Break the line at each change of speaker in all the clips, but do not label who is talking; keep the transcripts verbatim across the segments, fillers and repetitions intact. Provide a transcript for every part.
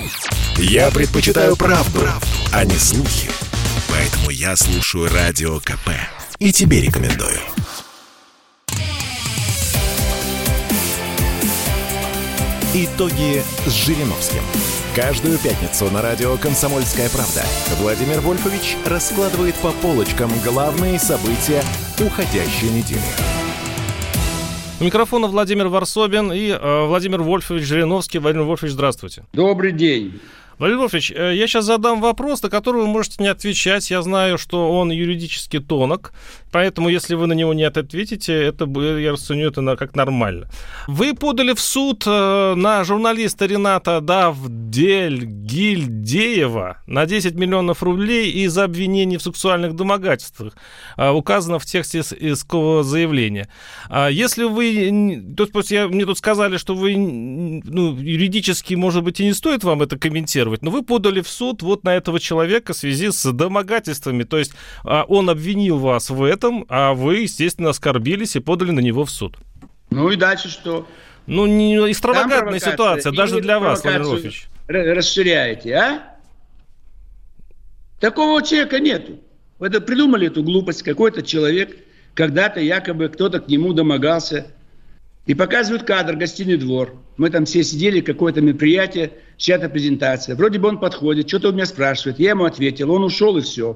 Я предпочитаю правду, правду, а не слухи. Поэтому я слушаю Радио КП. И тебе рекомендую. Итоги с Жириновским. Каждую пятницу на радио «Комсомольская правда» Владимир Вольфович раскладывает по полочкам главные события уходящей недели.
У микрофона Владимир Варсобин и э, Владимир Вольфович Жириновский. Владимир Вольфович, здравствуйте.
Добрый день.
Владимир Вольфович, я сейчас задам вопрос, на который вы можете не отвечать. Я знаю, что он юридически тонок, поэтому если вы на него не ответите, это, я расценю это как нормально. Вы подали в суд на журналиста Рената Давдельгильдеева на десять миллионов рублей из-за обвинений в сексуальных домогательствах, указано в тексте искового заявления. Если вы... То есть мне тут сказали, что вы ну, юридически, может быть, и не стоит вам это комментировать, но вы подали в суд вот на этого человека в связи с домогательствами. То есть он обвинил вас в этом, а вы, естественно, оскорбились и подали на него в суд.
Ну и дальше что?
Ну, не экстравагантная ситуация, даже для вас, Владимир Вольфович.
Расширяете, а? Такого человека нету. Вы это придумали, эту глупость. Какой-то человек, когда-то якобы кто-то к нему домогался. И показывают кадр, гостиный двор. Мы там все сидели, какое-то мероприятие, чья-то презентация. Вроде бы он подходит, что-то у меня спрашивает. Я ему ответил, он ушел и все.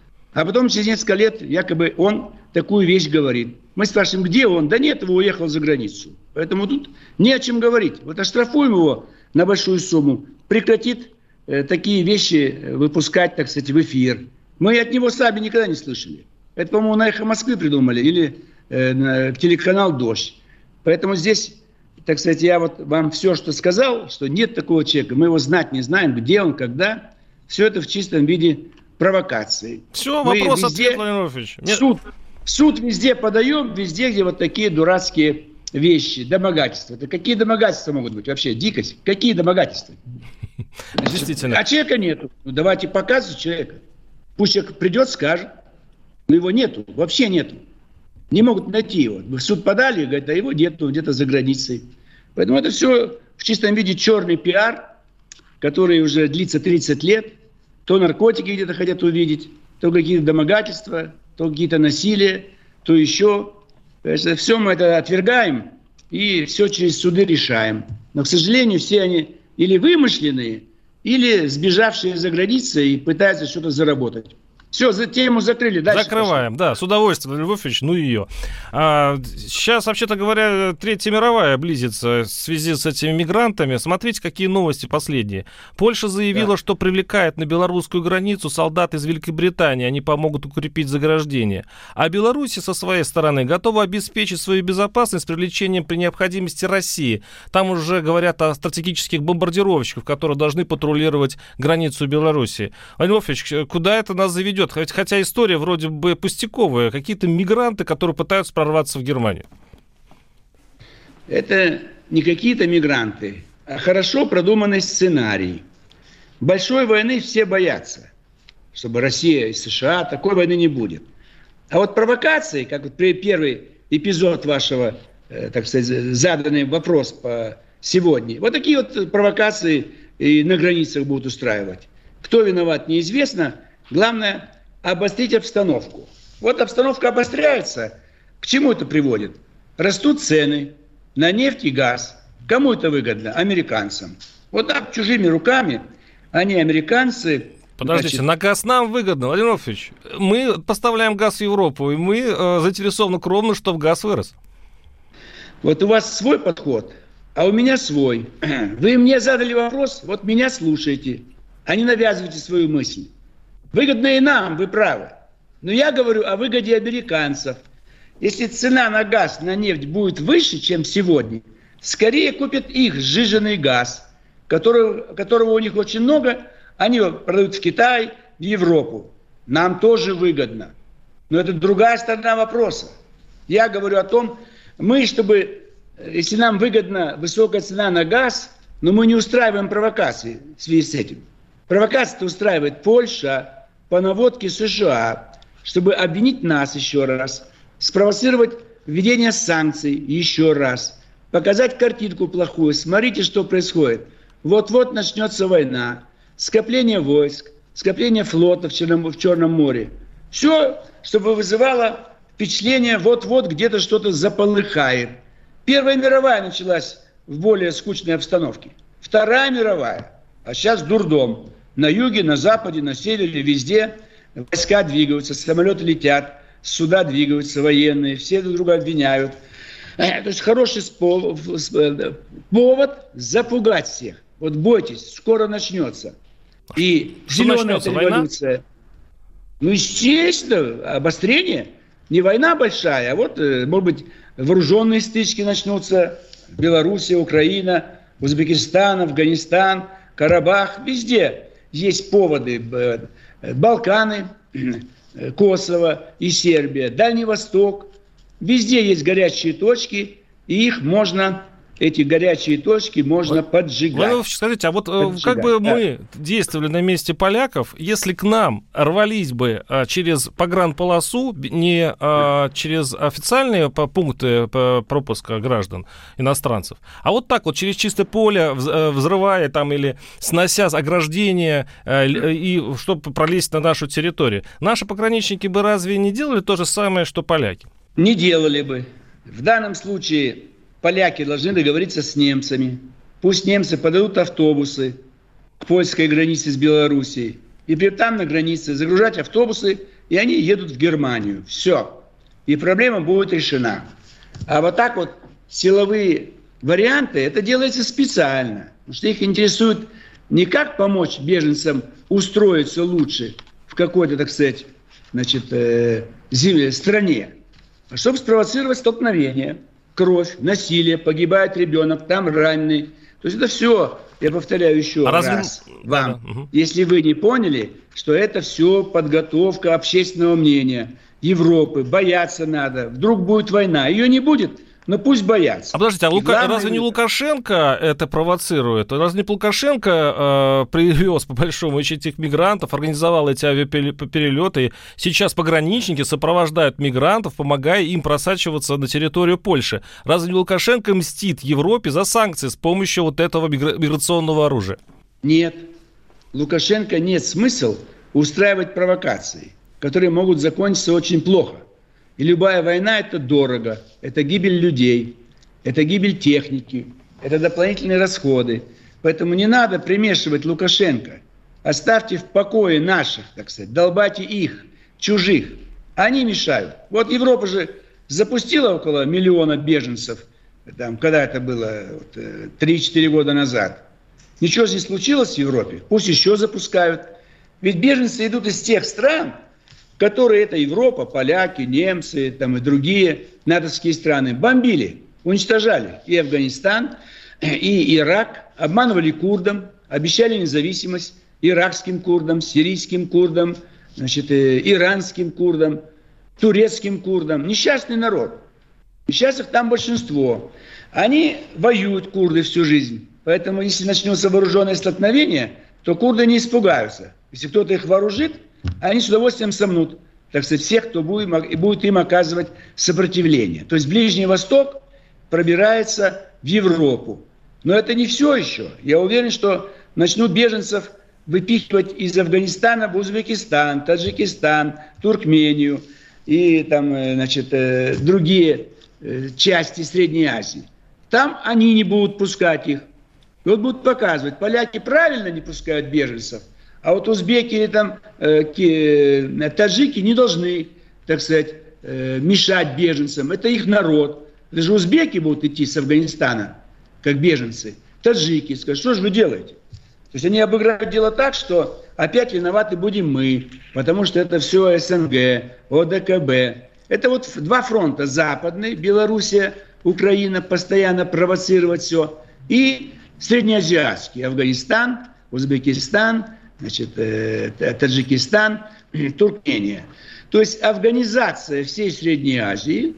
А потом через несколько лет якобы он такую вещь говорит. Мы спрашиваем, где он? Да нет, его уехал за границу. Поэтому тут не о чем говорить. Вот оштрафуем его на большую сумму, прекратит э, такие вещи выпускать, так сказать, в эфир. Мы от него сами никогда не слышали. Это, по-моему, на «Эхо Москвы» придумали или э, на телеканал «Дождь». Поэтому здесь, так сказать, я вот вам все, что сказал, что нет такого человека, мы его знать не знаем, где он, когда. Все это в чистом виде провокации.
Все, вопрос ответ, Владимир Вольфович.
Суд, суд везде подаем, везде, где вот такие дурацкие вещи, домогательства. Это какие домогательства могут быть вообще? Дикость. Какие домогательства?
Действительно.
А человека нету. Ну, давайте показывать человека. Пусть человек придет, скажет. Но его нету, вообще нету. Не могут найти его. В суд подали, говорят, а его нету где-то за границей. Поэтому это все в чистом виде черный пиар, который уже длится тридцать лет. То наркотики где-то хотят увидеть, то какие-то домогательства, то какие-то насилия, то еще. Все мы это отвергаем и все через суды решаем. Но, к сожалению, все они или вымышленные, или сбежавшие за границей и пытаются что-то заработать. Все, за тему закрыли. Дальше
закрываем, пошли. Да, с удовольствием, Владимир Вольфович, ну ее. А, сейчас, вообще-то говоря, Третья мировая близится в связи с этими мигрантами. Смотрите, какие новости последние. Польша заявила, да. что привлекает на белорусскую границу солдат из Великобритании. Они помогут укрепить заграждение. А Беларусь со своей стороны готова обеспечить свою безопасность привлечением при необходимости России. Там уже говорят о стратегических бомбардировщиках, которые должны патрулировать границу Беларуси. Владимир Вольфович, куда это нас заведет? Хотя история вроде бы пустяковая. Какие-то мигранты, которые пытаются прорваться в Германию.
Это не какие-то мигранты, а хорошо продуманный сценарий. Большой войны все боятся, чтобы Россия и США, такой войны не будет. А вот провокации, как вот первый эпизод вашего, так сказать, заданный вопрос по сегодня, вот такие вот провокации и на границах будут устраивать. Кто виноват, неизвестно. Главное – обострить обстановку. Вот обстановка обостряется. К чему это приводит? Растут цены на нефть и газ. Кому это выгодно? Американцам. Вот так, чужими руками, они, американцы...
Подождите, значит... на газ нам выгодно, Владимир Вольфович. Мы поставляем газ в Европу, и мы э, заинтересованы кровно, чтобы газ вырос.
Вот у вас свой подход, а у меня свой. Вы мне задали вопрос, вот меня слушайте, а не навязывайте свою мысль. Выгодно и нам, вы правы. Но я говорю о выгоде американцев. Если цена на газ, на нефть будет выше, чем сегодня, скорее купят их сжиженный газ, которого, которого у них очень много, они его продают в Китай, в Европу. Нам тоже выгодно. Но это другая сторона вопроса. Я говорю о том, мы, чтобы, если нам выгодна высокая цена на газ, но мы не устраиваем провокации в связи с этим. Провокации устраивает Польша по наводке США, чтобы обвинить нас еще раз, спровоцировать введение санкций еще раз, показать картинку плохую. Смотрите, что происходит. вот-вот начнется война, скопление войск, скопление флота в Черном, в Черном море. Все, чтобы вызывало впечатление, вот-вот где-то что-то заполыхает. Первая мировая началась в более скучной обстановке. Вторая мировая, а сейчас дурдом. На юге, на западе, на севере, везде войска двигаются, самолеты летят, суда двигаются, военные, все друг друга обвиняют. То есть хороший повод запугать всех. Вот бойтесь, скоро начнется. И
что
зеленая
начнется,
революция. Война? Ну, естественно, обострение. Не война большая, а вот, может быть, вооруженные стычки начнутся. Белоруссия, Украина, Узбекистан, Афганистан, Карабах, везде есть поводы. Балканы, Косово и Сербия, Дальний Восток. Везде есть горячие точки, и их можно, эти горячие точки можно поджигать.
Вы скажите, а вот поджигать, как бы да. мы действовали на месте поляков, если к нам рвались бы а, через погранполосу, не а, через официальные пункты пропуска граждан, иностранцев, а вот так вот через чистое поле, взрывая там или снося ограждение, а, и чтобы пролезть на нашу территорию, наши пограничники бы разве не делали то же самое, что поляки?
Не делали бы. В данном случае поляки должны договориться с немцами. Пусть немцы подадут автобусы к польской границе с Белоруссией. И там на границе загружать автобусы, и они едут в Германию. Все. И проблема будет решена. А вот так вот силовые варианты, это делается специально. Потому что их интересует не как помочь беженцам устроиться лучше в какой-то, так сказать, значит, э, земле, стране, а чтобы спровоцировать столкновение. Кровь, насилие, погибает ребенок, там раненый. То есть это все, я повторяю еще а раз разве... вам, да, угу. Если вы не поняли, что это все подготовка общественного мнения Европы, бояться надо, вдруг будет война, ее не будет, но пусть боятся.
А подождите, а Лука... главное... разве не Лукашенко это провоцирует? Разве не Лукашенко э, привез, по большому счету, этих мигрантов, организовал эти авиаперелеты, и сейчас пограничники сопровождают мигрантов, помогая им просачиваться на территорию Польши? Разве не Лукашенко мстит Европе за санкции с помощью вот этого миграционного оружия?
Нет. Лукашенко нет смысла устраивать провокации, которые могут закончиться очень плохо. И любая война – это дорого, это гибель людей, это гибель техники, это дополнительные расходы. Поэтому не надо примешивать Лукашенко. Оставьте в покое наших, так сказать, долбайте их, чужих. Они мешают. Вот Европа же запустила около миллиона беженцев, там, когда это было, вот, три-четыре года назад. Ничего же не случилось в Европе, пусть еще запускают. Ведь беженцы идут из тех стран, которые это Европа, поляки, немцы там, и другие натовские страны бомбили, уничтожали и Афганистан, и Ирак, обманывали курдам, обещали независимость иракским курдам, сирийским курдам, значит, иранским курдам, турецким курдам. Несчастный народ. Несчастных там большинство. Они воюют, курды, всю жизнь. Поэтому, если начнется вооруженное столкновение, то курды не испугаются. Если кто-то их вооружит, они с удовольствием сомнут, так сказать, всех, кто будет, будет им оказывать сопротивление. То есть Ближний Восток пробирается в Европу. Но это не все еще. Я уверен, что начнут беженцев выпихивать из Афганистана в Узбекистан, Таджикистан, Туркмению и там, значит, другие части Средней Азии. Там они не будут пускать их. И вот будут показывать, поляки правильно не пускают беженцев, а вот узбеки или там э, ки, таджики не должны, так сказать, э, мешать беженцам. Это их народ. Это же узбеки будут идти с Афганистана, как беженцы. Таджики скажут, что же вы делаете? То есть они обыграют дело так, что опять виноваты будем мы, потому что это все СНГ, ОДКБ. Это вот два фронта. Западный, Белоруссия, Украина, постоянно провоцировать все. И среднеазиатский, Афганистан, Узбекистан, значит, э, Таджикистан, Туркмения. То есть афганизация всей Средней Азии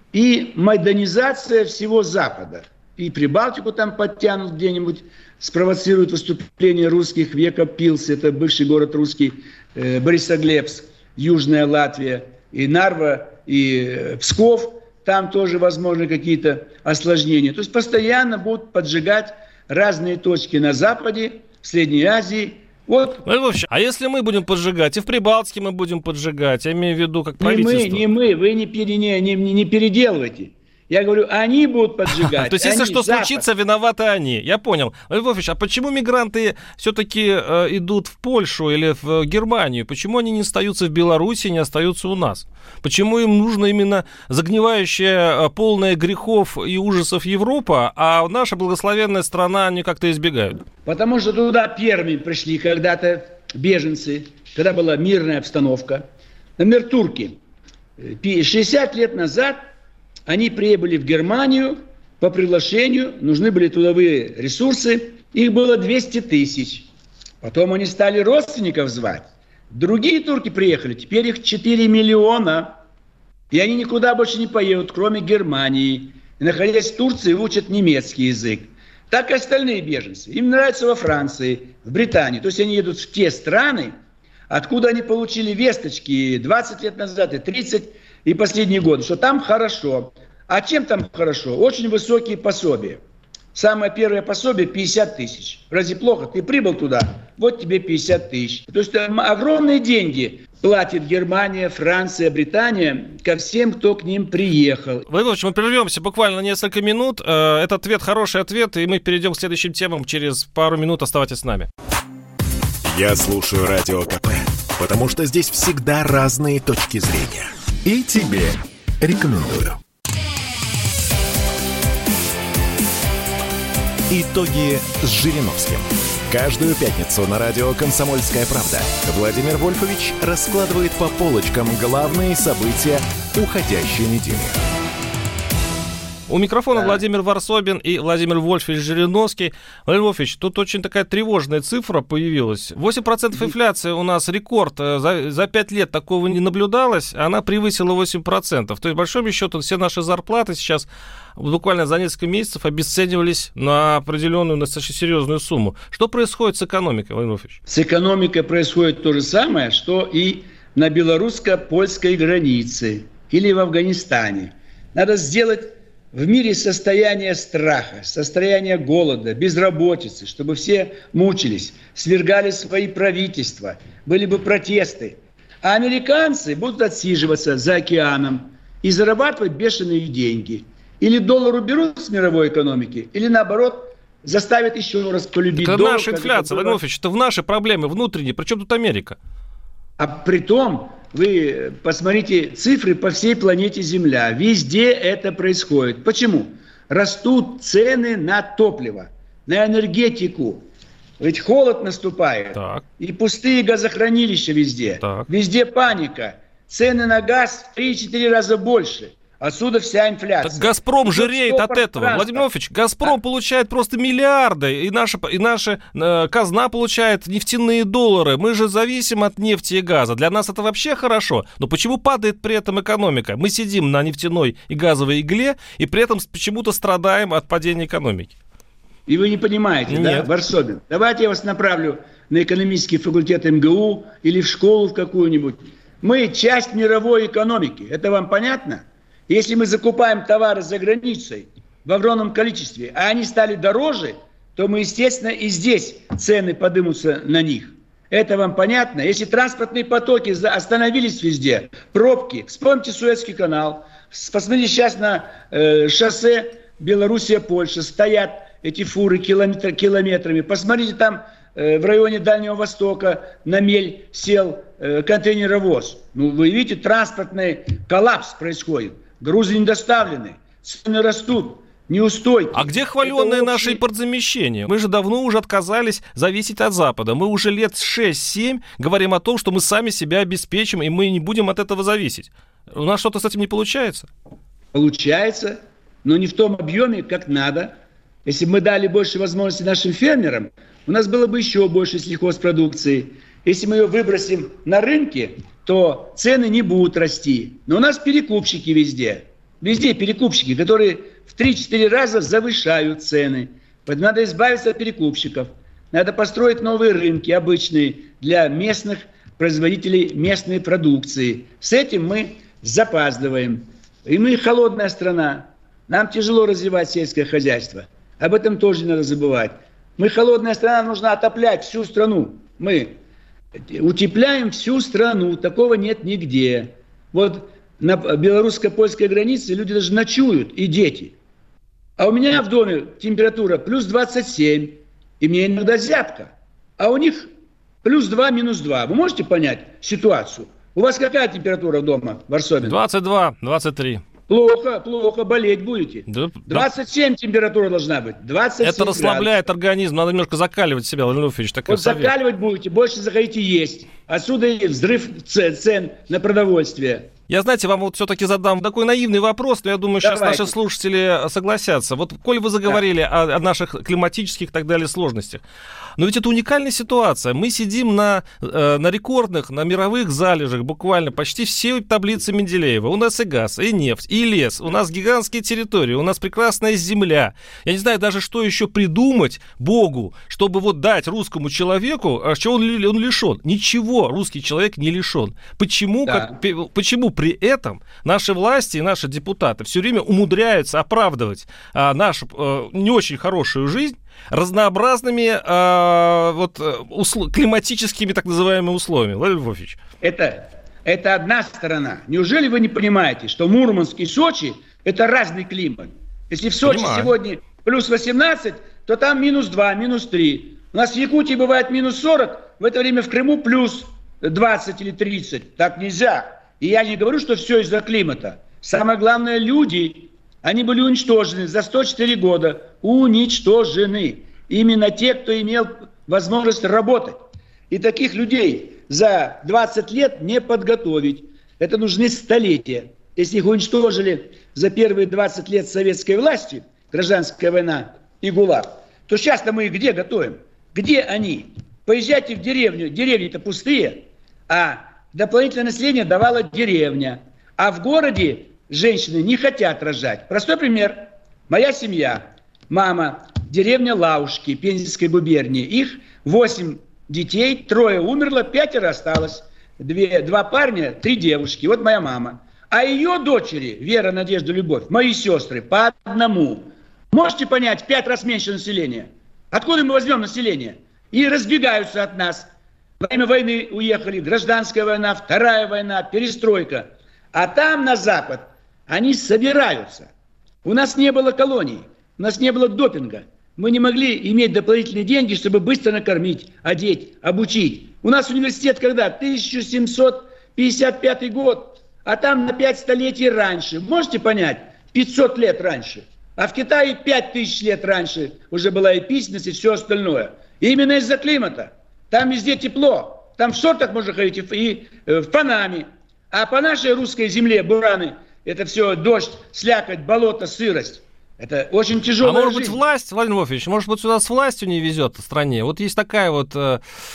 и майданизация всего Запада. И Прибалтику там подтянут где-нибудь, спровоцируют выступление русских в Екапилсе, это бывший город русский, э, Борисоглебск, Южная Латвия, и Нарва, и э, Псков, там тоже возможны какие-то осложнения. То есть постоянно будут поджигать разные точки на Западе, в Средней Азии. Вот.
А если мы будем поджигать, и в Прибалтике мы будем поджигать, я имею в виду как правительство.
Не мы, не мы, вы не, пере, не, не, не переделывайте. Я говорю, они будут поджигать.
То есть, если что случится, виноваты они. Я понял. Львович, а почему мигранты все-таки э, идут в Польшу или в Германию? Почему они не остаются в Беларуси, не остаются у нас? Почему им нужно именно загнивающая, полная грехов и ужасов Европа, а наша благословенная страна они как-то избегают?
Потому что туда первыми пришли когда-то беженцы, когда была мирная обстановка. Например, турки. шестьдесят лет назад они прибыли в Германию по приглашению, нужны были трудовые ресурсы, их было двести тысяч. Потом они стали родственников звать. Другие турки приехали, теперь их четыре миллиона. И они никуда больше не поедут, кроме Германии. И, находясь в Турции, учат немецкий язык. Так и остальные беженцы. Им нравится во Франции, в Британии. То есть они едут в те страны, откуда они получили весточки двадцать лет назад и тридцать и последние годы, что там хорошо. А чем там хорошо? Очень высокие пособия. Самое первое пособие пятьдесят тысяч. Разве плохо? Ты прибыл туда, вот тебе пятьдесят тысяч. То есть там огромные деньги платит Германия, Франция, Британия ко всем, кто к ним приехал.
Владимир, мы прервемся буквально несколько минут. Этот ответ хороший ответ, и мы перейдем к следующим темам через пару минут. Оставайтесь с нами.
Я слушаю Радио КП, потому что здесь всегда разные точки зрения. И тебе рекомендую. Итоги с Жириновским. Каждую пятницу на радио «Комсомольская правда» Владимир Вольфович раскладывает по полочкам главные события уходящей недели.
У микрофона да. Владимир Варсобин и Владимир Вольфович Жириновский. Владимир Вольфович, тут очень такая тревожная цифра появилась. восемь процентов инфляции у нас рекорд. За, за пять лет такого не наблюдалось. Она превысила восемь процентов. То есть, по большому счету, все наши зарплаты сейчас буквально за несколько месяцев обесценивались на определенную, достаточно серьезную сумму. Что происходит с экономикой, Владимир Вольфович?
С экономикой происходит то же самое, что и на белорусско-польской границе или в Афганистане. Надо сделать в мире состояние страха, состояние голода, безработицы, чтобы все мучились, свергали свои правительства, были бы протесты. А американцы будут отсиживаться за океаном и зарабатывать бешеные деньги. Или доллар уберут с мировой экономики, или наоборот заставят еще раз полюбить
это
доллар.
Это наша инфляция, Владимир Вольфович, это в наши проблемы внутренние. Причем тут Америка?
А при том, вы посмотрите цифры по всей планете Земля. Везде это происходит. Почему? Растут цены на топливо, на энергетику. Ведь холод наступает. Так. И пустые газохранилища везде. Так. Везде паника. Цены на газ в три-четыре раза больше. Отсюда вся инфляция.
Так «Газпром» жиреет от этого. Владимир Вольфович, «Газпром» а? получает просто миллиарды, и наша, и наша э, казна получает нефтяные доллары. Мы же зависим от нефти и газа. Для нас это вообще хорошо. Но почему падает при этом экономика? Мы сидим на нефтяной и газовой игле, и при этом почему-то страдаем от падения экономики.
И вы не понимаете, Нет. да, Варсобин? Давайте я вас направлю на экономический факультет эм гэ у или в школу в какую-нибудь. Мы часть мировой экономики. Это вам понятно? Если мы закупаем товары за границей в огромном количестве, а они стали дороже, то мы, естественно, и здесь цены поднимутся на них. Это вам понятно? Если транспортные потоки остановились везде, пробки, вспомните Суэцкий канал, посмотрите сейчас на э, шоссе Белоруссия-Польша, стоят эти фуры километр, километрами, посмотрите там э, в районе Дальнего Востока на мель сел э, контейнеровоз. Ну, вы видите, транспортный коллапс происходит. Грузы не доставлены, цены растут, неустойки.
А где хваленное наше общий... импортзамещение? Мы же давно уже отказались зависеть от Запада. Мы уже лет шесть-семь говорим о том, что мы сами себя обеспечим, и мы не будем от этого зависеть. У нас что-то с этим не получается?
Получается, но не в том объеме, как надо. Если бы мы дали больше возможностей нашим фермерам, у нас было бы еще больше сельхозпродукции. Если мы ее выбросим на рынке, то цены не будут расти. Но у нас перекупщики везде. Везде перекупщики, которые в три-четыре раза завышают цены. Поэтому надо избавиться от перекупщиков. Надо построить новые рынки, обычные, для местных производителей местной продукции. С этим мы запаздываем. И мы холодная страна. Нам тяжело развивать сельское хозяйство. Об этом тоже не надо забывать. Мы холодная страна, нужно отоплять всю страну. Мы утепляем всю страну, такого нет нигде. Вот на белорусско-польской границе люди даже ночуют, и дети. А у меня в доме температура плюс двадцать семь, и мне иногда зябко. А у них плюс два, минус два. Вы можете понять ситуацию? У вас какая температура дома, Варсобин?
двадцать два, двадцать три.
Плохо, плохо, болеть будете.
Да,
двадцать семь да. температура должна быть. двадцать семь
Это расслабляет градусов. Организм, надо немножко закаливать себя, Владимир Вольфович.
Вот совет. Закаливать будете, больше захотите есть. Отсюда и взрыв цен на продовольствие.
Я, знаете, вам вот все-таки задам такой наивный вопрос, но я думаю, сейчас Давайте. Наши слушатели согласятся. Вот, коль вы заговорили да. о, о наших климатических и так далее сложностях, но ведь это уникальная ситуация. Мы сидим на, на рекордных, на мировых залежах буквально почти все таблицы Менделеева. У нас и газ, и нефть, и лес, у нас гигантские территории, у нас прекрасная земля. Я не знаю даже, что еще придумать Богу, чтобы вот дать русскому человеку, чего он, он лишен. Ничего русский человек не лишен. Почему, да. как, почему при этом наши власти и наши депутаты все время умудряются оправдывать а, нашу а, не очень хорошую жизнь разнообразными а, вот, усл- климатическими так называемыми условиями? Владимир Вольфович.
Это, это одна сторона. Неужели вы не понимаете, что Мурманск и Сочи – это разный климат? Если в Сочи Понимаю. Сегодня плюс восемнадцать, то там минус два, минус три. У нас в Якутии бывает минус сорок, в это время в Крыму плюс двадцать или тридцать. Так нельзя. И я не говорю, что все из-за климата. Самое главное, люди, они были уничтожены за сто четыре года. Уничтожены. Именно те, кто имел возможность работать. И таких людей за двадцать лет не подготовить. Это нужны столетия. Если их уничтожили за первые двадцать лет советской власти, гражданская война и ГУЛАГ, то сейчас-то мы их где готовим? Где они? Поезжайте в деревню. Деревни-то пустые, а дополнительное население давала деревня. А в городе женщины не хотят рожать. Простой пример. Моя семья, мама, деревня Лаушки, Пензенской губернии. Их восемь детей, трое умерло, пятеро осталось. Две, два парня, три девушки. Вот моя мама. А ее дочери, Вера, Надежда, Любовь, мои сестры, по одному. Можете понять, в пять раз меньше населения. Откуда мы возьмем население? И разбегаются от нас. Во время войны уехали, гражданская война, вторая война, перестройка. А там, на Запад, они собираются. У нас не было колоний, у нас не было допинга. Мы не могли иметь дополнительные деньги, чтобы быстро накормить, одеть, обучить. У нас университет когда? тысяча семьсот пятьдесят пятый год. А там на пять столетий раньше. Можете понять? пятьсот лет раньше. А в Китае пять тысяч лет раньше уже была и письменность, и все остальное. И именно из-за климата. Там везде тепло. Там в шортах можно ходить и в Панаме. А по нашей русской земле, бураны, это все дождь, слякоть, болото, сырость. Это очень тяжелая
А может
жизнь.
быть власть, Владимир Вольфович, может быть сюда с властью не везет в стране? Вот есть такая вот э,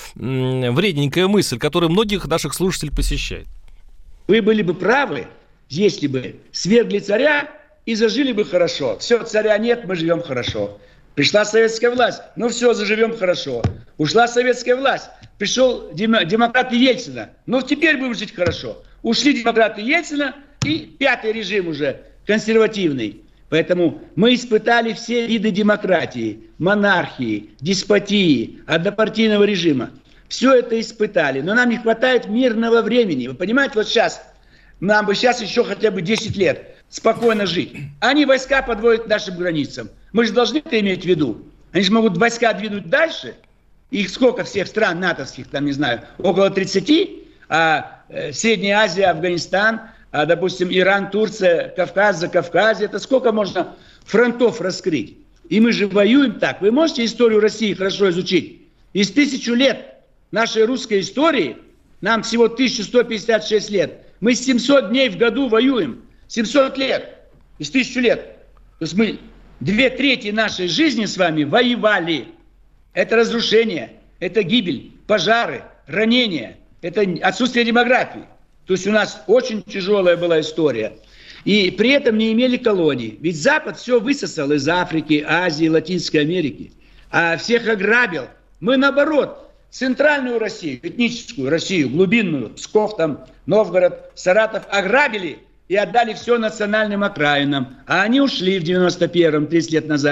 вредненькая мысль, которая многих наших слушателей посещает.
Вы были бы правы, если бы свергли царя и зажили бы хорошо. Все, царя нет, мы живем хорошо. Пришла советская власть, ну все, заживем хорошо. Ушла советская власть, пришел дем- демократы Ельцина, ну теперь будем жить хорошо. Ушли демократы Ельцина и пятый режим уже, консервативный. Поэтому мы испытали все виды демократии, монархии, деспотии, однопартийного режима. Все это испытали, но нам не хватает мирного времени. Вы понимаете, вот сейчас, нам бы сейчас еще хотя бы десять лет спокойно жить. Они войска подводят к нашим границам. Мы же должны это иметь в виду. Они же могут войска двинуть дальше. Их сколько всех стран натовских, там, не знаю, около тридцати, а э, Средняя Азия, Афганистан, а, допустим, Иран, Турция, Кавказ, Закавказье, это сколько можно фронтов раскрыть? И мы же воюем так. Вы можете историю России хорошо изучить? Из тысячу лет нашей русской истории, нам всего тысяча сто пятьдесят шесть лет, мы семьсот дней в году воюем. семьсот лет. Из тысячи лет. То есть мы две трети нашей жизни с вами воевали. Это разрушение, это гибель, пожары, ранения, это отсутствие демографии. То есть у нас очень тяжелая была история. И при этом не имели колоний. Ведь Запад все высосал из Африки, Азии, Латинской Америки. А всех ограбил. Мы наоборот, центральную Россию, этническую Россию, глубинную, Псков, там, Новгород, Саратов ограбили и отдали все национальным окраинам. А они ушли в девяносто первом, тридцать лет назад.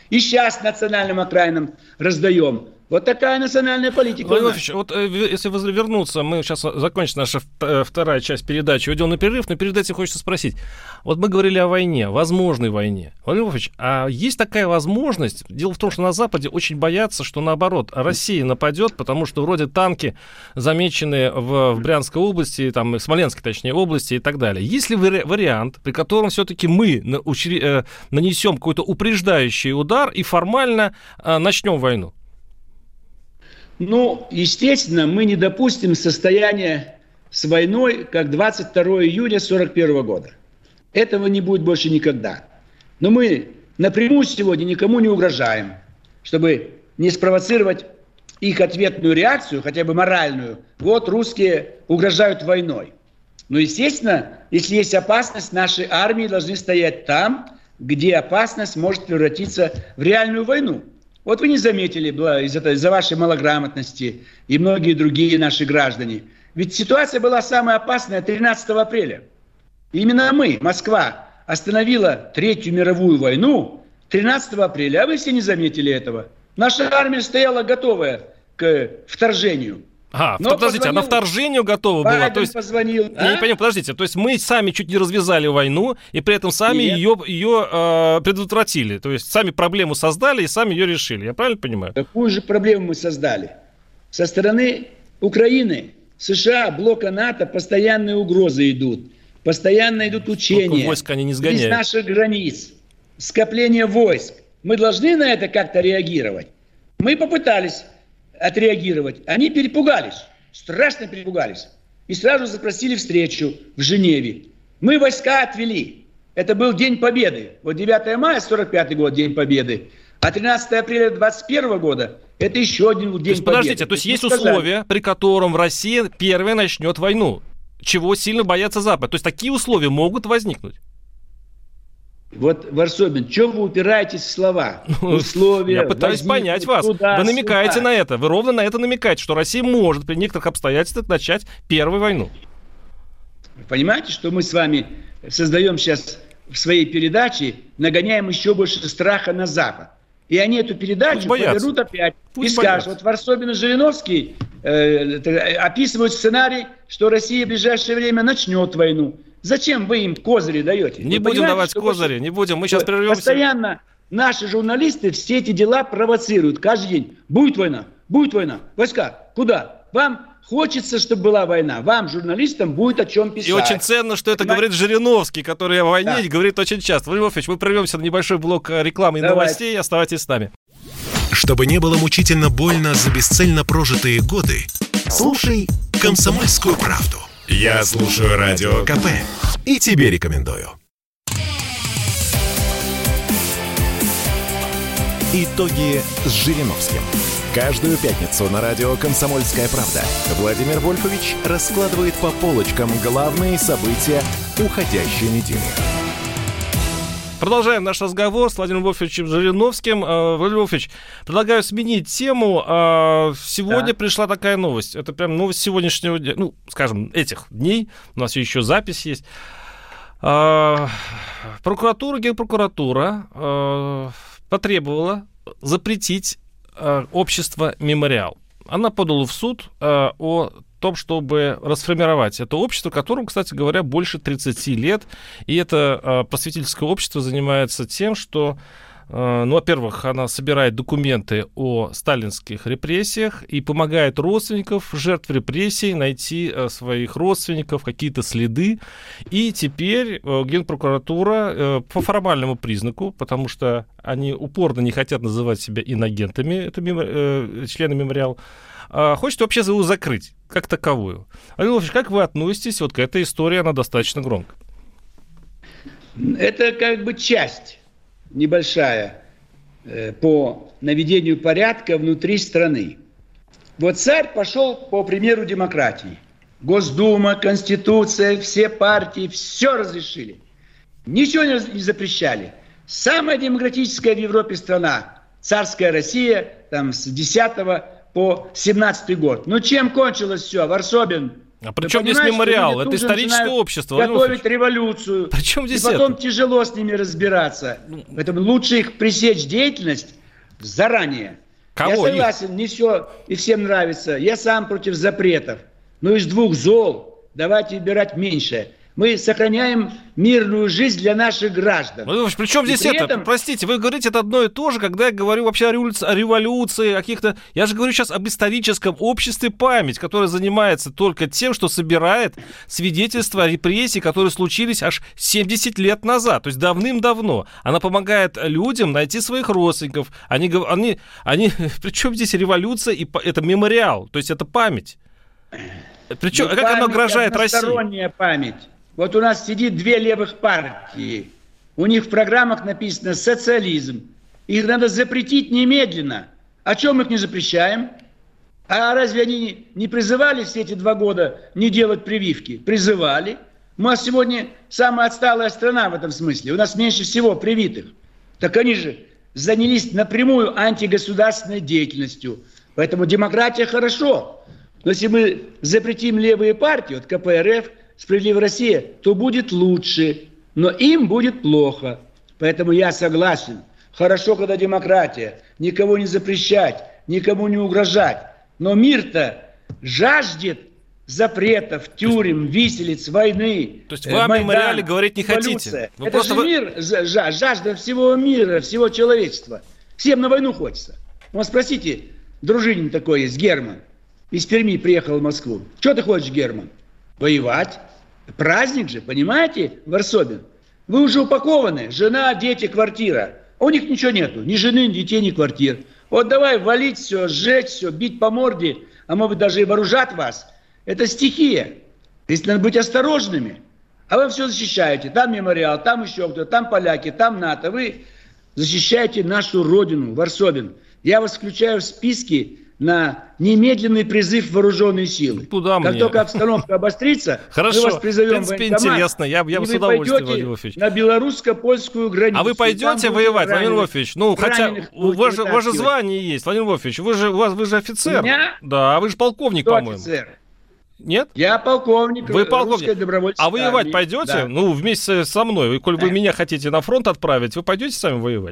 И сейчас национальным окраинам раздаем. Вот такая национальная политика.
Владимир Вольфович, вот если вернуться, мы сейчас закончим наша вторая часть передачи, уйдем на перерыв, но перед этим хочется спросить. Вот мы говорили о войне, возможной войне. Владимир Вольфович, а есть такая возможность? Дело в том, что на Западе очень боятся, что наоборот, Россия нападет, потому что вроде танки замечены в, в Брянской области, там, в Смоленской, точнее, области и так далее. Есть ли вари- вариант, при котором все-таки мы на, учри, э, нанесем какой-то упреждающий удар и формально э, начнем войну?
Ну, естественно, мы не допустим состояния с войной, как двадцать второго июня сорок первого года. Этого не будет больше никогда. Но мы напрямую сегодня никому не угрожаем, чтобы не спровоцировать их ответную реакцию, хотя бы моральную. Вот русские угрожают войной. Но, естественно, если есть опасность, наши армии должны стоять там, где опасность может превратиться в реальную войну. Вот вы не заметили из-за, из-за вашей малограмотности и многие другие наши граждане. Ведь ситуация была самая опасная тринадцатого апреля. И именно мы, Москва, остановила Третью мировую войну тринадцатого апреля, а вы все не заметили этого. Наша армия стояла готовая к вторжению.
А, Но подождите, позвонил, она вторжению готова была?
Байден
то есть,
позвонил.
Я а? не понимаю, подождите, то есть мы сами чуть не развязали войну, и при этом сами
Нет.
ее, ее э, предотвратили. То есть сами проблему создали и сами ее решили. Я правильно понимаю?
Какую же проблему мы создали? Со стороны Украины, США, блока НАТО постоянные угрозы идут. Постоянно идут учения.
Войска они не сгоняют.
Из наших границ. Скопление войск. Мы должны на это как-то реагировать. Мы попытались отреагировать. Они перепугались, страшно перепугались. И сразу запросили встречу в Женеве. Мы войска отвели. Это был День Победы. Вот девятого мая сорок пятый год, День Победы. А тринадцатого апреля двадцать первого года это еще один День
то есть,
Победы.
Подождите, то есть есть условия, при котором Россия первая начнет войну. Чего сильно боятся Запад. То есть такие условия могут возникнуть.
Вот, Варсобин, что вы упираетесь в слова? Условия.
Я пытаюсь понять вас. Туда, вы намекаете
сюда.
на это. Вы ровно на это намекаете, что Россия может при некоторых обстоятельствах начать первую войну.
Вы понимаете, что мы с вами создаем сейчас в своей передаче, нагоняем еще больше страха на Запад. И они эту передачу повернут опять. Пусть и боятся. Скажут, вот Варсобин и Жириновский э, описывают сценарий, что Россия в ближайшее время начнет войну. Зачем вы им козыри даете?
Не
вы
будем давать козыри, вы... не будем, мы сейчас прервемся.
Постоянно наши журналисты все эти дела провоцируют. Каждый день. Будет война, будет война. Войска, куда? Вам хочется, чтобы была война. Вам, журналистам, будет о чем писать.
И очень ценно, что это Понимаете? Говорит Жириновский, который о войне да. говорит очень часто. Владимир Вольфович, мы прервемся на небольшой блок рекламы и Давайте. новостей. Оставайтесь с нами.
Чтобы не было мучительно больно за бесцельно прожитые годы, слушай «Комсомольскую правду». Я слушаю Радио КП и тебе рекомендую. Итоги с Жириновским. Каждую пятницу на радио «Комсомольская правда» Владимир Вольфович раскладывает по полочкам главные события уходящей недели.
Продолжаем наш разговор с Владимиром Вольфовичем Жириновским. Владимир Вольфович, предлагаю сменить тему. Сегодня да. пришла такая новость. Это прям новость сегодняшнего дня, ну, скажем, этих дней. У нас еще запись есть. Прокуратура, Генпрокуратура потребовала запретить общество «Мемориал». Она подала в суд о том, чтобы расформировать это общество, которому, кстати говоря, больше тридцати лет. И это э, просветительское общество занимается тем, что, э, ну, во-первых, она собирает документы о сталинских репрессиях и помогает родственникам жертв репрессий найти э, своих родственников, какие-то следы. И теперь э, Генпрокуратура э, по формальному признаку, потому что они упорно не хотят называть себя инагентами, это мемо, э, члены «Мемориала», хочет вообще его закрыть, как таковую. Владимир Вольфович, как вы относитесь вот к этой истории? Она достаточно громкая.
Это как бы часть небольшая э, по наведению порядка внутри страны. Вот царь пошел по примеру демократии. Госдума, Конституция, все партии, все разрешили. Ничего не запрещали. Самая демократическая в Европе страна, царская Россия, там с десятого по семнадцатый год. Ну чем кончилось все, Варсобин,
А при чем здесь мемориал? Это историческое общество.
Готовить революцию.
При чем здесь
и потом
это?
тяжело с ними разбираться. Поэтому лучше их пресечь деятельность заранее.
Кого?
Я согласен, не все и всем нравится. Я сам против запретов. Но из двух зол давайте выбирать меньшее. Мы сохраняем мирную жизнь для наших граждан.
Ну, при чем здесь это? Этом... Простите, вы говорите это одно и то же, когда я говорю вообще о революции, о революции, о каких-то... Я же говорю сейчас об историческом обществе «Память», которое занимается только тем, что собирает свидетельства о репрессии, которые случились аж семьдесят лет назад, то есть давным-давно. Она помогает людям найти своих родственников. Они... они, они... При чем здесь революция? И это мемориал, то есть это память. Причем, а как она угрожает России?
Односторонняя память. Вот у нас сидит две левых партии. У них в программах написано «социализм». Их надо запретить немедленно. О чем мы их не запрещаем? А разве они не призывали все эти два года не делать прививки? Призывали. Мы сегодня самая отсталая страна в этом смысле. У нас меньше всего привитых. Так они же занялись напрямую антигосударственной деятельностью. Поэтому демократия хорошо. Но если мы запретим левые партии, вот ка пэ эр эф, «Справедливая Россия», то будет лучше, но им будет плохо. Поэтому я согласен. Хорошо, когда демократия. Никого не запрещать, никому не угрожать. Но мир-то жаждет запретов, тюрем, виселиц, войны.
То есть вы о мемориале говорить не хотите?
Вы Это же вы... мир, жажда всего мира, всего человечества. Всем на войну хочется. Вот спросите, дружинин такой есть, Герман. Из Перми приехал в Москву. Что ты хочешь, Герман? Воевать. Праздник же, понимаете, Варсобин? Вы уже упакованы. Жена, дети, квартира. А у них ничего нету. Ни жены, ни детей, ни квартир. Вот давай валить все, сжечь все, бить по морде, а может быть даже и вооружать вас. Это стихия. Здесь надо быть осторожными. А вы все защищаете. Там мемориал, там еще кто-то, там поляки, там НАТО. Вы защищаете нашу родину, Варсобин. Я вас включаю в списки на немедленный призыв в вооруженные силы.
Куда
как
мне?
только обстановка обострится,
Хорошо.
мы вас призовем
в принципе, интересно. Я, я
и
с
вы
удовольствием,
пойдете
Владимир
на белорусско-польскую границу.
А вы пойдете воевать, Владимир Вольфович? Ну, хотя у вас же, у вас же звание есть, Владимир Вольфович. Вы же, у вас, вы же офицер.
Меня?
Да, вы же полковник,
Кто
по-моему.
Офицер?
Нет?
Я полковник.
Вы полковник. А воевать
армии.
пойдете?
Да.
Ну, вместе со мной. И, коль вы меня хотите на фронт отправить, вы пойдете сами воевать?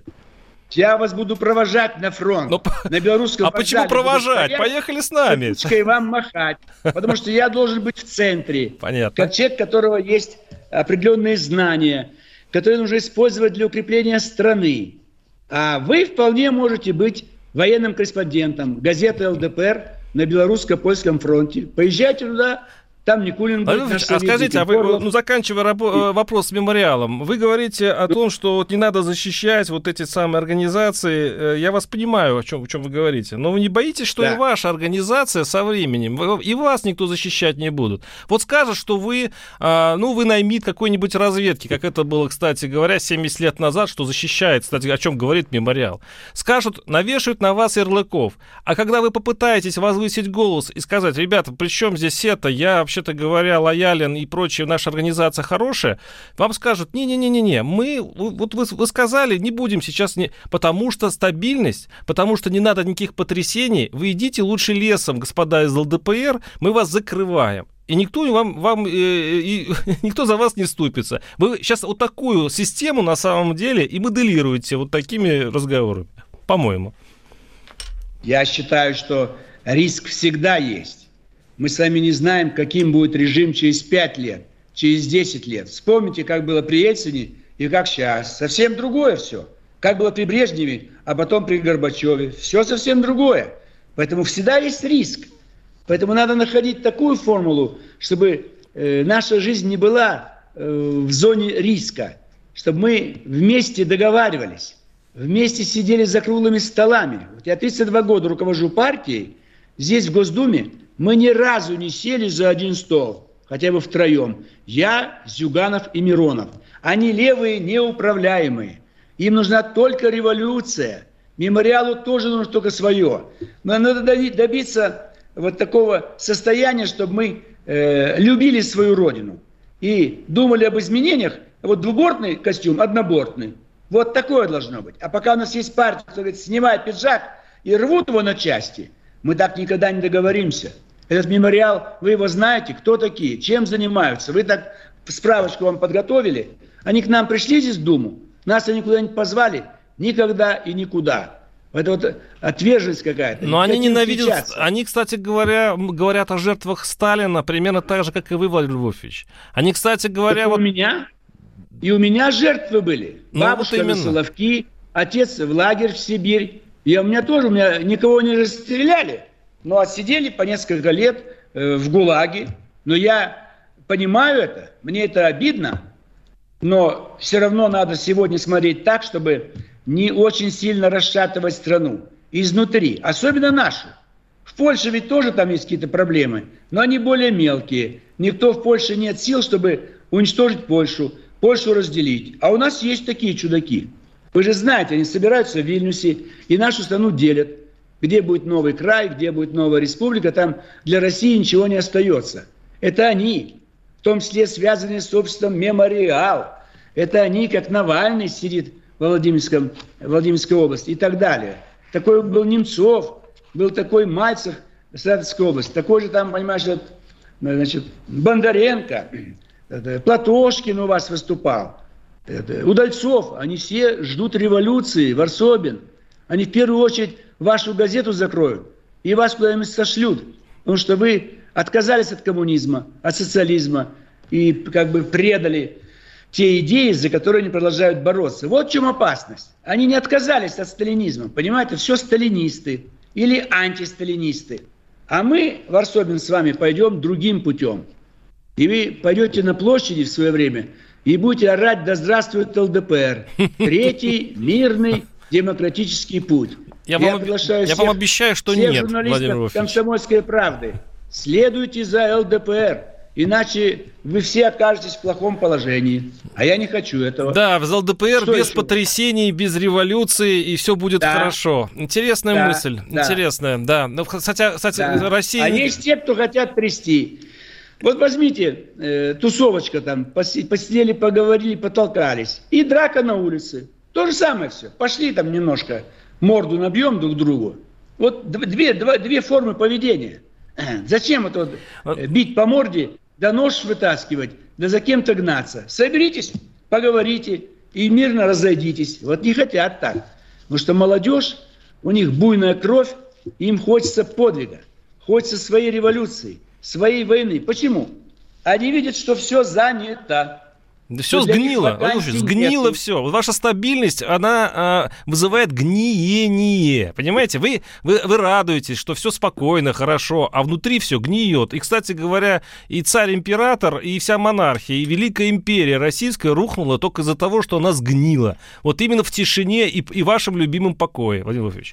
Я вас буду провожать на фронт.
Но...
На белорусском
А почему провожать?
стоять,
Поехали с нами.
И вам махать. Потому что я должен быть в центре.
Понятно.
Как человек, у которого есть определенные знания, которые нужно использовать для укрепления страны. А вы вполне можете быть военным корреспондентом газеты эл дэ пэ эр на белорусско-польском фронте. Поезжайте туда. Там Никулин будет.
А, а скажите, а вы, ну, заканчивая рабо- вопрос с мемориалом, вы говорите о том, что вот не надо защищать вот эти самые организации. Я вас понимаю, о чем, о чем вы говорите. Но вы не боитесь, что да. и ваша организация со временем, и вас никто защищать не будет? Вот скажут, что вы, ну, вы наймит какой-нибудь разведки, как это было, кстати говоря, семьдесят лет назад, что защищает, кстати, о чем говорит мемориал. Скажут, навешают на вас ярлыков. А когда вы попытаетесь возвысить голос и сказать, ребята, при чем здесь это, я вообще вообще-то говоря, лоялен и прочее, наша организация хорошая, вам скажут, не-не-не-не, мы, вот вы, вы сказали, не будем сейчас, не, потому что стабильность, потому что не надо никаких потрясений, вы идите лучше лесом, господа из эл дэ пэ эр, мы вас закрываем. И никто, вам, вам, э, и, никто за вас не вступится. Вы сейчас вот такую систему на самом деле и моделируете вот такими разговорами, по-моему.
Я считаю, что риск всегда есть. Мы с вами не знаем, каким будет режим через пять лет, через десять лет. Вспомните, как было при Ельцине и как сейчас. Совсем другое все. Как было при Брежневе, а потом при Горбачеве. Все совсем другое. Поэтому всегда есть риск. Поэтому надо находить такую формулу, чтобы э, наша жизнь не была э, в зоне риска. Чтобы мы вместе договаривались, вместе сидели за круглыми столами. Вот я тридцать два года руковожу партией. Здесь, в Госдуме, мы ни разу не сели за один стол, хотя бы втроем. Я, Зюганов и Миронов. Они левые, неуправляемые. Им нужна только революция. Мемориалу тоже нужно только свое. Но надо добиться вот такого состояния, чтобы мы э, любили свою родину и думали об изменениях. Вот двубортный костюм, однобортный. Вот такое должно быть. А пока у нас есть партия, кто говорит, снимай пиджак и рвут его на части, мы так никогда не договоримся. Этот мемориал, вы его знаете, кто такие, чем занимаются? Вы так справочку вам подготовили? Они к нам пришли здесь в Думу? Нас они куда-нибудь позвали? Никогда и никуда. Это вот отверженность какая-то.
Но они ненавидят, они, кстати говоря, говорят о жертвах Сталина примерно так же, как и вы, Владимир Вольфович. Они, кстати говоря...
Так
вот...
у меня... И у меня жертвы были.
Ну,
Бабушка
вот
на Соловки, отец в лагерь в Сибирь. И у меня тоже, у меня никого не расстреляли, но отсидели по несколько лет э, в ГУЛАГе. Но я понимаю это, мне это обидно, но все равно надо сегодня смотреть так, чтобы не очень сильно расшатывать страну изнутри, особенно нашу. В Польше ведь тоже там есть какие-то проблемы, но они более мелкие. Никто в Польше нет сил, чтобы уничтожить Польшу. Польшу разделить. А у нас есть такие чудаки. Вы же знаете, они собираются в Вильнюсе и нашу страну делят. Где будет новый край, где будет новая республика, там для России ничего не остается. Это они, в том числе связанные с обществом «Мемориал». Это они, как Навальный сидит в Владимирском, Владимирской области и так далее. Такой был Немцов, был такой Мальцев в Саратовской области, такой же там, понимаешь, значит, Бондаренко, Платошкин у вас выступал, Удальцов. Они все ждут революции, Варсобин. Они в первую очередь вашу газету закроют и вас куда-нибудь сошлют, потому что вы отказались от коммунизма, от социализма и как бы предали те идеи, за которые они продолжают бороться. Вот в чем опасность. Они не отказались от сталинизма, понимаете, все сталинисты или антисталинисты. А мы, Варсобин, с вами пойдем другим путем. И вы пойдете на площади в свое время и будете орать «Да здравствует ЛДПР». Третий мирный демократический путь.
Я,
я
вам,
приглашаю
я
всех,
вам обещаю, что
всех
нет,
журналистов «Комсомольской правды». Следуйте за ЛДПР. Иначе вы все окажетесь в плохом положении. А я не хочу этого.
Да, в ЛДПР
Что
без
еще?
потрясений, без революции, и все будет
да.
хорошо. Интересная
да.
мысль.
Да.
Интересная, да. Но, хотя, кстати,
да.
Россия...
А есть те, кто хотят трясти. Вот возьмите, э, тусовочка там, посидели, поговорили, потолкались. И драка на улице. То же самое все. Пошли там немножко, морду набьем друг другу. Вот две, два, две формы поведения. Зачем это вот, э, бить по морде, да нож вытаскивать, да за кем-то гнаться? Соберитесь, поговорите и мирно разойдитесь. Вот не хотят так. Потому что молодежь, у них буйная кровь, им хочется подвига, хочется своей революции, своей войны. Почему? Они видят, что все занято.
Да все сгнило, слушай, сгнило все. Вот ваша стабильность, она а, вызывает гниение, понимаете? Вы, вы, вы радуетесь, что все спокойно, хорошо, а внутри все гниет. И, кстати говоря, и царь-император, и вся монархия, и Великая империя российская рухнула только из-за того, что она сгнила. Вот именно в тишине и, и вашем любимом покое, Владимир Вольфович.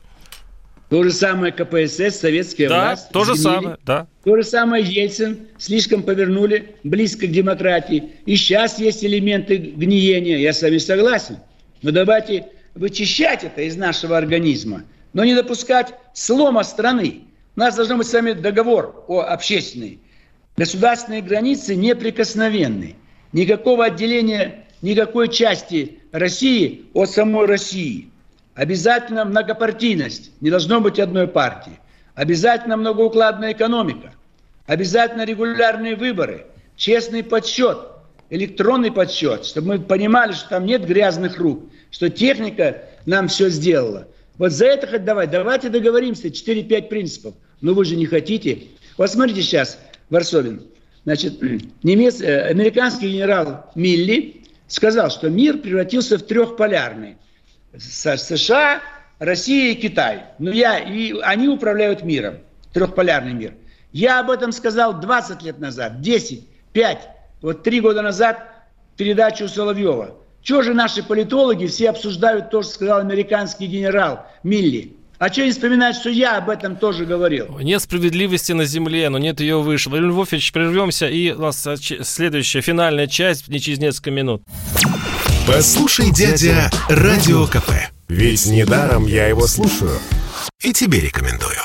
То же самое КПСС, советская
да,
власть.
То же
сгнили.
самое, да.
То же самое Ельцин слишком повернули близко к демократии. И сейчас есть элементы гниения, я с вами согласен. Но давайте вычищать это из нашего организма, но не допускать слома страны. У нас должен быть с вами договор о общественной. Государственные границы неприкосновенны. Никакого отделения никакой части России от самой России. Обязательно многопартийность, не должно быть одной партии. Обязательно многоукладная экономика. Обязательно регулярные выборы, честный подсчет, электронный подсчет, чтобы мы понимали, что там нет грязных рук, что техника нам все сделала. Вот за это хоть давай, давайте договоримся, четыре-пять принципов. Но вы же не хотите. Вот смотрите сейчас, Варсобин, значит, немец, американский генерал Милли сказал, что мир превратился в трехполярный. США, Россия и Китай. Ну, я, и они управляют миром. Трехполярный мир. Я об этом сказал двадцать лет назад, десять, пять, вот три года назад передачу Соловьева. Чего же наши политологи все обсуждают то, что сказал американский генерал Милли? А что не вспоминать, что я об этом тоже говорил?
Нет справедливости на земле, но нет ее выше. Владимир Вольфович, прервемся, и у нас следующая, финальная часть, не через несколько минут.
Послушай, дядя, Радио КП. Ведь недаром я его слушаю. И тебе рекомендую.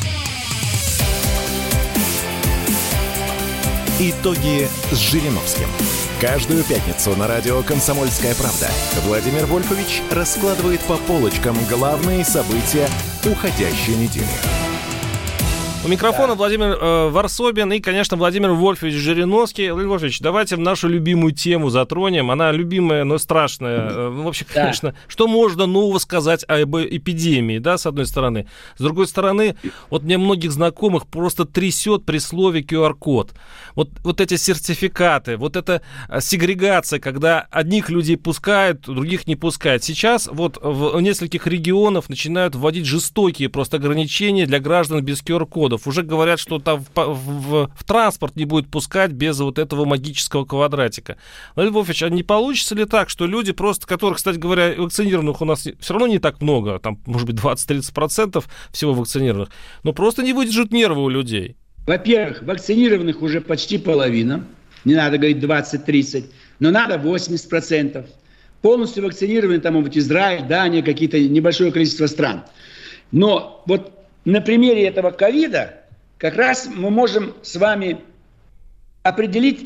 Итоги с Жириновским. Каждую пятницу на радио «Комсомольская правда» Владимир Вольфович раскладывает по полочкам главные события уходящей недели.
У микрофона
Да.
Владимир э, Варсобин и, конечно, Владимир Вольфович Жириновский. Владимир Вольфович, давайте нашу любимую тему затронем. Она любимая, но страшная. Э, ну, вообще,
Да.
конечно, что можно нового сказать об эпидемии, да, с одной стороны. С другой стороны, вот мне многих знакомых просто трясет при слове ку ар код. Вот, вот эти сертификаты, вот эта сегрегация, когда одних людей пускают, других не пускают. Сейчас вот в нескольких регионах начинают вводить жестокие просто ограничения для граждан без ку ар кода. Уже говорят, что там в, в, в транспорт не будет пускать без вот этого магического квадратика. Владимир Вольфович, а не получится ли так, что люди просто, которых, кстати говоря, вакцинированных у нас все равно не так много, там, может быть, двадцать-тридцать процентов всего вакцинированных, но просто не выдержат нервы у людей?
Во-первых, вакцинированных уже почти половина. Не надо говорить двадцать-тридцать, но надо восемьдесят процентов. Полностью вакцинированы там, может быть, Израиль, Дания, какие-то небольшое количество стран. Но вот на примере этого ковида как раз мы можем с вами определить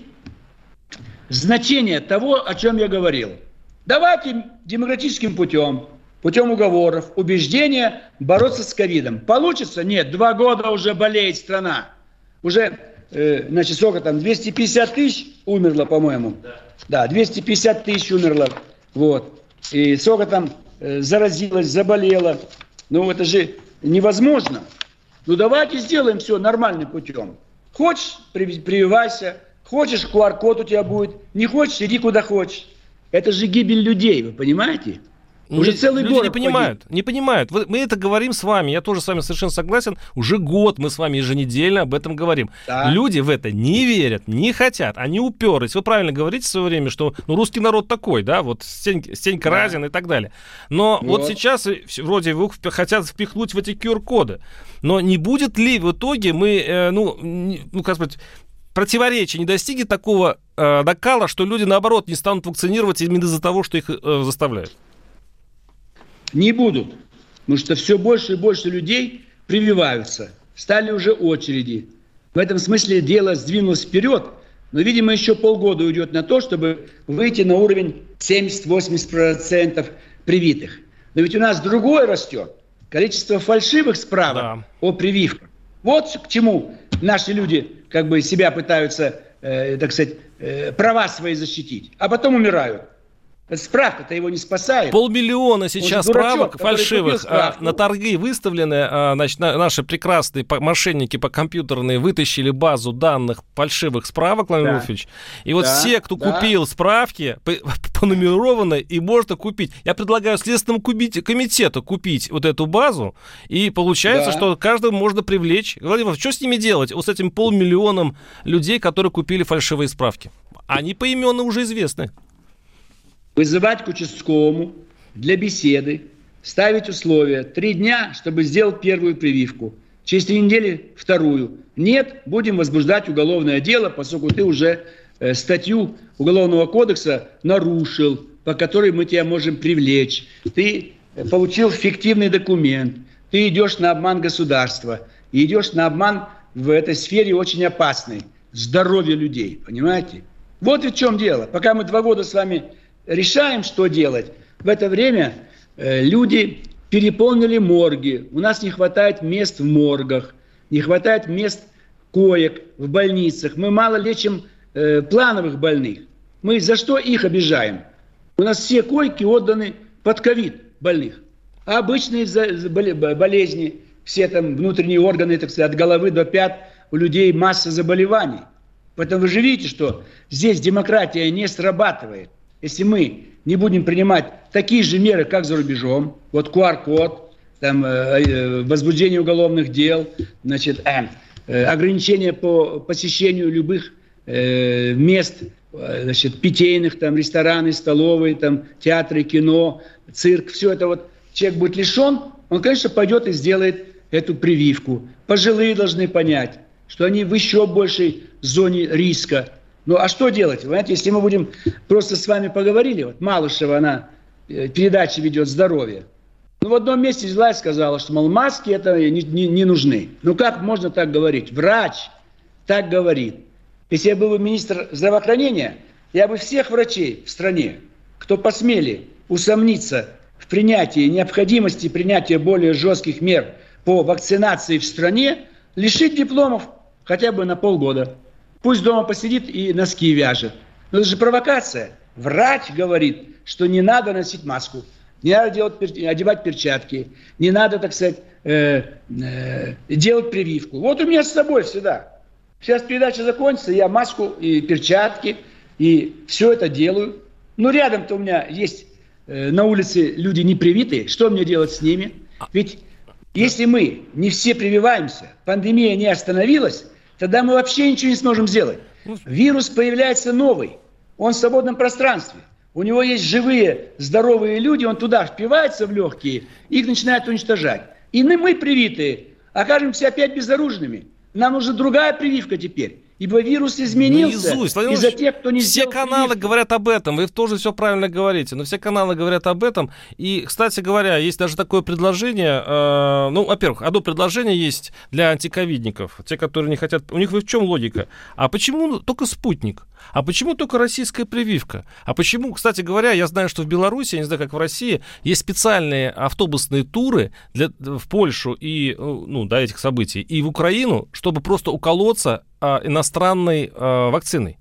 значение того, о чем я говорил. Давайте демократическим путем, путем уговоров, убеждения бороться с ковидом. Получится? Нет. Два года уже болеет страна. Уже, э, значит, сколько там, двести пятьдесят тысяч умерло, по-моему. Да, да двести пятьдесят тысяч умерло. Вот. И сколько там э, заразилось, заболело. Ну, это же невозможно. Ну, давайте сделаем все нормальным путем. Хочешь, прививайся. Хочешь, ку ар код у тебя будет. Не хочешь, иди куда хочешь. Это же гибель людей, вы понимаете? Уже целый
Люди
город
не понимают,
погиб.
не понимают. Вы- Мы это говорим с вами, я тоже с вами совершенно согласен. Уже год мы с вами еженедельно об этом говорим.
Да.
Люди в это не верят, не хотят, они уперлись. Вы правильно говорите в свое время, что ну, русский народ такой, да, вот Стенька, Стенька
Да.
Разин и так далее. Но вот,
Вот.
сейчас и всё- вроде его вп- хотят впихнуть в эти ку ар коды. Но не будет ли в итоге мы, э, ну, не- ну, как сказать, противоречие не достигнет такого э, накала, что люди, наоборот, не станут вакцинировать именно из-за того, что их э, заставляют?
Не будут. Потому что все больше и больше людей прививаются. Стали уже очереди. В этом смысле дело сдвинулось вперед. Но, видимо, еще полгода уйдет на то, чтобы выйти на уровень семьдесят-восемьдесят процентов привитых. Но ведь у нас другое растет. Количество фальшивых справок
Да.
о прививках. Вот к чему наши люди как бы себя пытаются, э, так сказать, э, права свои защитить. А потом умирают. Справка-то его не спасает.
Полмиллиона сейчас
Он же дурачок,
справок
который
фальшивых
купил справку.
а, на торги выставлены. а, значит, на- наши прекрасные по- мошенники по компьютерные вытащили базу данных фальшивых справок, Владимир
Да.
Вольфович. И вот
Да,
все, кто
да.
купил справки, по- понумерованы, и можно купить. Я предлагаю Следственному куби- комитету купить вот эту базу, и получается,
Да.
что каждого можно привлечь. Владимир Вольфович, что с ними делать? Вот с этим полмиллионом людей, которые купили фальшивые справки. Они поименно уже известны.
Вызывать к участковому для беседы, ставить условия. Три дня, чтобы сделать первую прививку. Через три недели вторую. Нет, будем возбуждать уголовное дело, поскольку ты уже э, статью Уголовного кодекса нарушил, по которой мы тебя можем привлечь. Ты э, получил фиктивный документ. Ты идешь на обман государства. И идешь на обман в этой сфере очень опасной. Здоровье людей, понимаете? Вот и в чем дело. Пока мы два года с вами решаем, что делать, в это время э, люди переполнили морги. У нас не хватает мест в моргах, не хватает мест коек в больницах. Мы мало лечим э, плановых больных. Мы за что их обижаем? У нас все койки отданы под ковид больных. А обычные за- за- боле- болезни, все там внутренние органы, так сказать, от головы до пят, у людей масса заболеваний. Поэтому вы же видите, что здесь демократия не срабатывает. Если мы не будем принимать такие же меры, как за рубежом, вот ку ар код, там, э, э, возбуждение уголовных дел, значит, э, э, ограничения по посещению любых э, мест, э, значит, питейных, там, рестораны, столовые, там, театры, кино, цирк, все это вот человек будет лишен, он, конечно, пойдет и сделает эту прививку. Пожилые должны понять, что они в еще большей зоне риска. Ну, а что делать? Вы знаете, если мы будем просто с вами поговорили, вот Малышева, она э, передачи ведет «Здоровье». Ну, в одном месте взяла и сказала, что, мол, маски это не, не, не нужны. Ну, как можно так говорить? Врач так говорит. Если я был бы министр здравоохранения, я бы всех врачей в стране, кто посмели усомниться в принятии, необходимости принятия более жестких мер по вакцинации в стране, Лишить дипломов хотя бы на полгода. Пусть дома посидит и носки вяжет. Но это же провокация. Врач говорит, что не надо носить маску, не надо делать, одевать перчатки, не надо, так сказать, э, э, делать прививку. Вот у меня с собой всегда. Сейчас передача закончится, я маску и перчатки, и все это делаю. Но рядом-то у меня есть э, на улице люди непривитые. Что мне делать с ними? Ведь если мы не все прививаемся, пандемия не остановилась, тогда мы вообще ничего не сможем сделать. Вирус появляется новый, он в свободном пространстве. У него есть живые, здоровые люди, он туда впивается в легкие, их начинает уничтожать. И мы, привитые, окажемся опять безоружными. Нам нужна другая прививка теперь. Ибо вирус изменился
ну,
из-за тех, кто не
все
сделал
каналы
прививку.
говорят об этом, вы тоже все правильно говорите, но все каналы говорят об этом. И, кстати говоря, есть даже такое предложение, э, ну, во-первых, одно предложение есть для антиковидников, те, которые не хотят, у них в чем логика? А почему только спутник? А почему только российская прививка? А почему, кстати говоря, я знаю, что в Беларуси, я не знаю, как в России, есть специальные автобусные туры для, в Польшу и, ну, до этих событий, и в Украину, чтобы просто уколоться а, иностранной а, вакциной.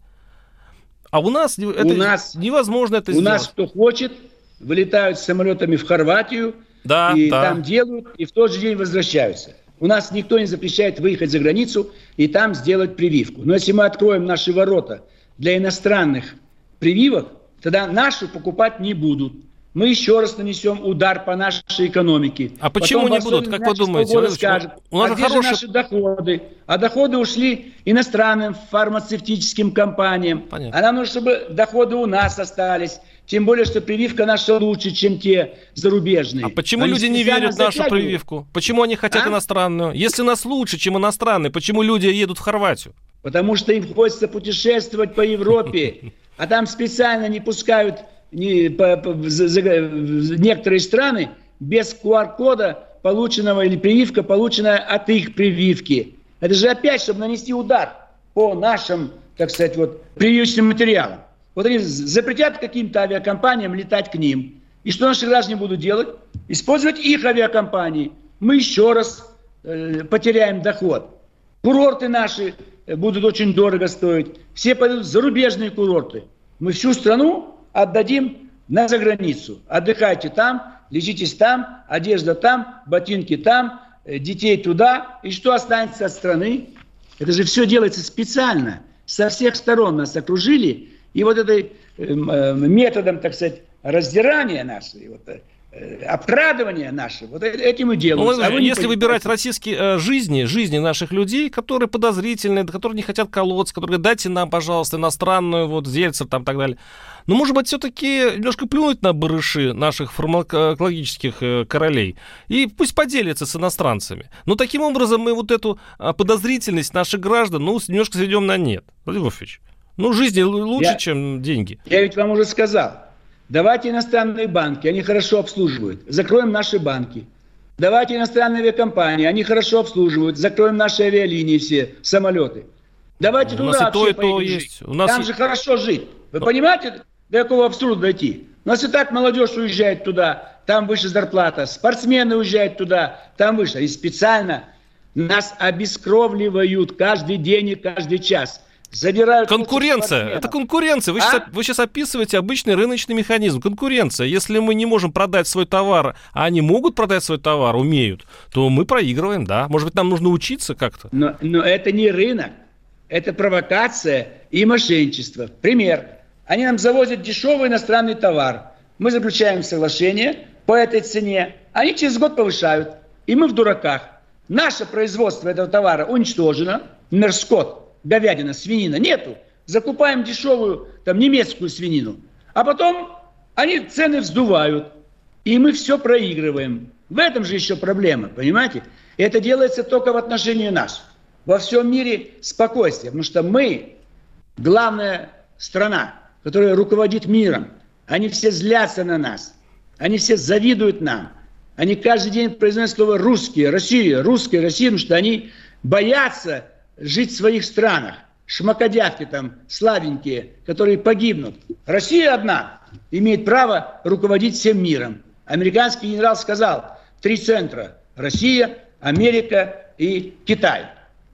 А у нас,
у
это
нас
невозможно это
у
сделать.
У нас кто хочет, вылетают самолетами в Хорватию,
да,
и
да.
там делают, и в тот же день возвращаются. У нас никто не запрещает выехать за границу и там сделать прививку. Но если мы откроем наши ворота для иностранных прививок, тогда наши покупать не будут. Мы еще раз нанесем удар по нашей экономике.
А почему
Потом
не будут, как вы думаете?
Скажут,
у нас
а где
хороший...
же наши доходы? А доходы ушли иностранным фармацевтическим компаниям.
Понятно.
А нам нужно, чтобы доходы у нас остались. Тем более, что прививка наша лучше, чем те зарубежные.
А почему
Они
люди не верят в нашу прививку? Почему они хотят а? иностранную? Если нас лучше, чем иностранные, почему люди едут в Хорватию?
Потому что им хочется путешествовать по Европе, а там специально не пускают не, по, по, за, за, некоторые страны без ку ар-кода, полученного или прививка, полученная от их прививки. Это же опять, чтобы нанести удар по нашим, так сказать, вот, прививочным материалам. Вот они запретят каким-то авиакомпаниям летать к ним. И что наши граждане будут делать? Использовать их авиакомпании. Мы еще раз э, потеряем доход. Курорты наши будут очень дорого стоить. Все пойдут в зарубежные курорты. Мы всю страну отдадим на заграницу. Отдыхайте там, лежитесь там, одежда там, ботинки там, детей туда. И что останется от страны? Это же все делается специально. Со всех сторон нас окружили. И вот этой э, методом, так сказать, раздирания нашей, вот, э, обкрадывания нашего, вот этим и делают.
Ну, а вы если выбирать российские э, жизни, жизни наших людей, которые подозрительные, которые не хотят колоться, которые дайте нам, пожалуйста, иностранную, вот, Зельцер там и так далее. Но, может быть, все-таки немножко плюнуть на барыши наших фармакологических э, королей и пусть поделятся с иностранцами. Но таким образом мы вот эту э, подозрительность наших граждан, ну, немножко сведем на нет. Владимир Вольфович. Ну, жизнь лучше, я, чем деньги.
Я ведь вам уже сказал. Давайте иностранные банки, они хорошо обслуживают. Закроем наши банки. Давайте иностранные авиакомпании, они хорошо обслуживают. Закроем наши авиалинии все, самолеты. Давайте
у
туда
нас и то, и то
жить.
есть. У нас
Там
и...
же хорошо жить. Вы понимаете, до какого абсурда дойти? У нас и так молодежь уезжает туда, там выше зарплата. Спортсмены уезжают туда, там выше. И специально нас обескровливают каждый день и каждый час. Забирают
конкуренция. Это конкуренция. Вы, а? сейчас, вы сейчас описываете обычный рыночный механизм. Конкуренция. Если мы не можем продать свой товар, а они могут продать свой товар, умеют, то мы проигрываем, да. Может быть, нам нужно учиться как-то?
Но, но это не рынок. Это провокация и мошенничество. Пример. Они нам завозят дешевый иностранный товар. Мы заключаем соглашение по этой цене. Они через год повышают. И мы в дураках. Наше производство этого товара уничтожено. Мерскот. Говядина, свинина, нету. Закупаем дешевую, там, немецкую свинину. А потом они цены вздувают. И мы все проигрываем. В этом же еще проблема, понимаете? И это делается только в отношении нас. Во всем мире спокойствие. Потому что мы, главная страна, которая руководит миром. Они все злятся на нас. Они все завидуют нам. Они каждый день произносят слово «русские», «Россия», «русские», «Россия», потому что они боятся жить в своих странах. Шмакодявки там, слабенькие, которые погибнут. Россия одна имеет право руководить всем миром. Американский генерал сказал, три центра. Россия, Америка и Китай.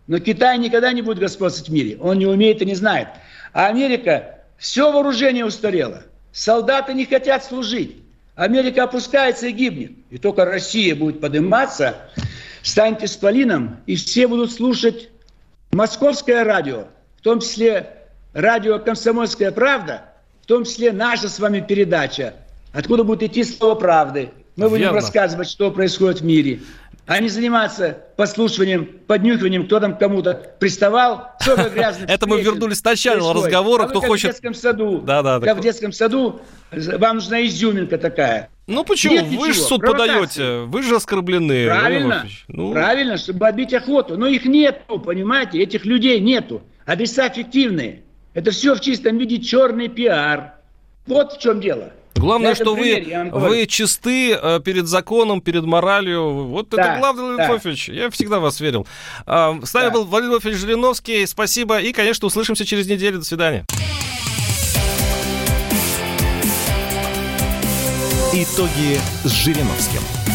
Но Китай никогда не будет господствовать в мире. Он не умеет и не знает. А Америка, все вооружение устарело. Солдаты не хотят служить. Америка опускается и гибнет. И только Россия будет подниматься, станет исполином, и все будут слушать московское радио, в том числе радио «Комсомольская правда», в том числе наша с вами передача, откуда будет идти слово правды. Мы будем
Верно.
рассказывать, что происходит в мире, а не заниматься послушиванием, поднюхиванием, кто там к кому-то приставал, сколько грязных
Это мы
песен
вернулись к началу
происходит.
разговора,
А вы
кто
как
хочет...
в детском саду.
Да, да,
как
да.
в детском саду, вам нужна изюминка такая.
Ну почему?
Нет
Вы же
ничего,
суд
провокации.
подаете, вы же оскорблены.
Правильно,
Владимир Вольфович. Ну,
правильно, чтобы отбить охоту. Но их нету, понимаете, этих людей нету. Адреса фиктивные. Это все в чистом виде черный пиар. Вот в чем дело.
главное,
На этом
что вы,
примере я вам говорю.
вы чисты э, перед законом, перед моралью. Вот
Да,
это главное, Владимир
да.
Вольфович. Я всегда вас верил. А, с нами
Да.
был Владимир Вольфович Жириновский. Спасибо. И, конечно, услышимся через неделю. До свидания.
Итоги с Жириновским.